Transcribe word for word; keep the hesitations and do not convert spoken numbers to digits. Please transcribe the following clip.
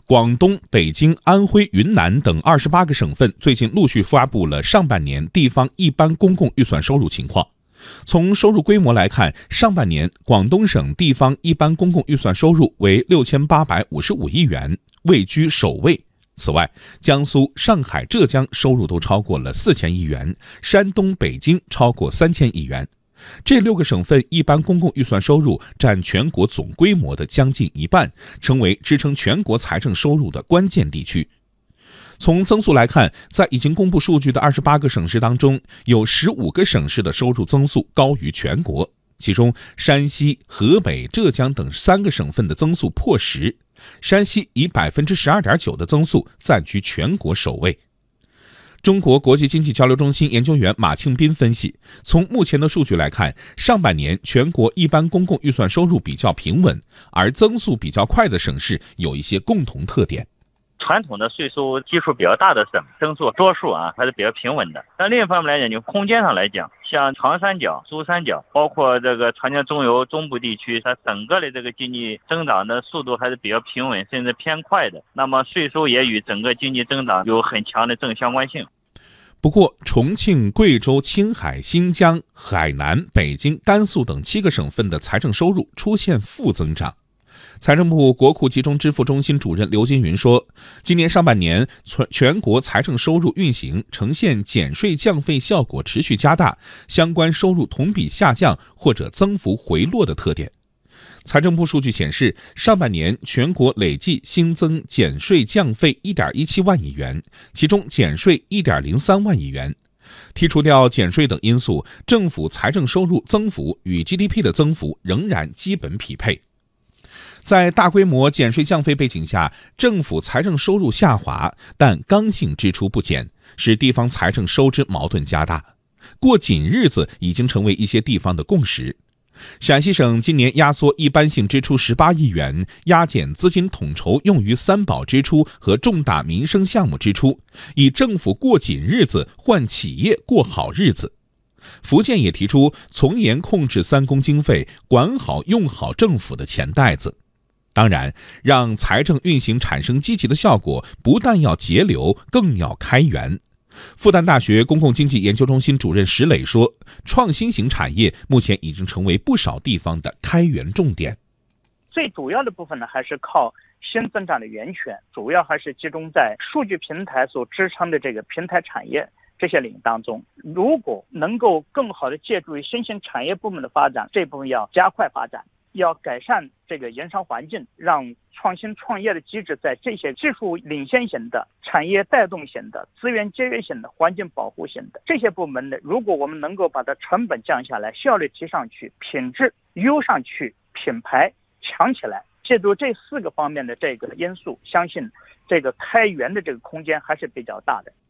广东、北京、安徽、云南等二十八个省份最近陆续发布了上半年地方一般公共预算收入情况。从收入规模来看，上半年广东省地方一般公共预算收入为六千八百五十五亿元，位居首位。此外，江苏、上海、浙江收入都超过了四千亿元，山东、北京超过三千亿元。这六个省份一般公共预算收入占全国总规模的将近一半，成为支撑全国财政收入的关键地区。从增速来看，在已经公布数据的二十八个省市当中，有十五个省市的收入增速高于全国，其中山西、河北、浙江等三个省份的增速破十，山西以 百分之十二点九 的增速暂居全国首位。中国国际经济交流中心研究员马庆斌分析，从目前的数据来看，上半年全国一般公共预算收入比较平稳，而增速比较快的省市有一些共同特点。 传统的税收基数比较大的省，增速多数啊还是比较平稳的。但另一方面来讲，就空间上来讲，像长三角、珠三角，包括这个长江中游中部地区，它整个的这个经济增长的速度还是比较平稳，甚至偏快的。那么税收也与整个经济增长有很强的正相关性。 不过，重庆、贵州、青海、新疆、海南、北京、甘肃等七个省份的财政收入出现负增长。财政部国库集中支付中心主任刘金云说，今年上半年全国财政收入运行呈现减税降费效果持续加大，相关收入同比下降或者增幅回落的特点。财政部数据显示，上半年全国累计新增减税降费 一点一七万亿元，其中减税 一点零三万亿元。剔除掉减税等因素，政府财政收入增幅与 G D P 的增幅仍然基本匹配。在大规模减税降费背景下，政府财政收入下滑，但刚性支出不减，使地方财政收支矛盾加大。过紧日子已经成为一些地方的共识。陕西省今年压缩一般性支出十八亿元，压减资金统筹用于三保支出和重大民生项目支出，以政府过紧日子换企业过好日子。福建也提出从严控制三公经费，管好用好政府的钱袋子。当然，让财政运行产生积极的效果，不但要节流，更要开源。复旦大学公共经济研究中心主任石磊说，创新型产业目前已经成为不少地方的开源重点。 最主要的部分呢，还是靠新增长的源泉，主要还是集中在数据平台所支撑的这个平台产业这些领域当中。如果能够更好的借助于新型产业部门的发展，这部分要加快发展，要改善这个营商环境，让创新创业的机制在这些技术领先型的、产业带动型的、资源节约型的、环境保护型的这些部门呢，如果我们能够把它成本降下来，效率提上去，品质优上去，品牌强起来，借助这四个方面的这个因素，相信这个开源的这个空间还是比较大的。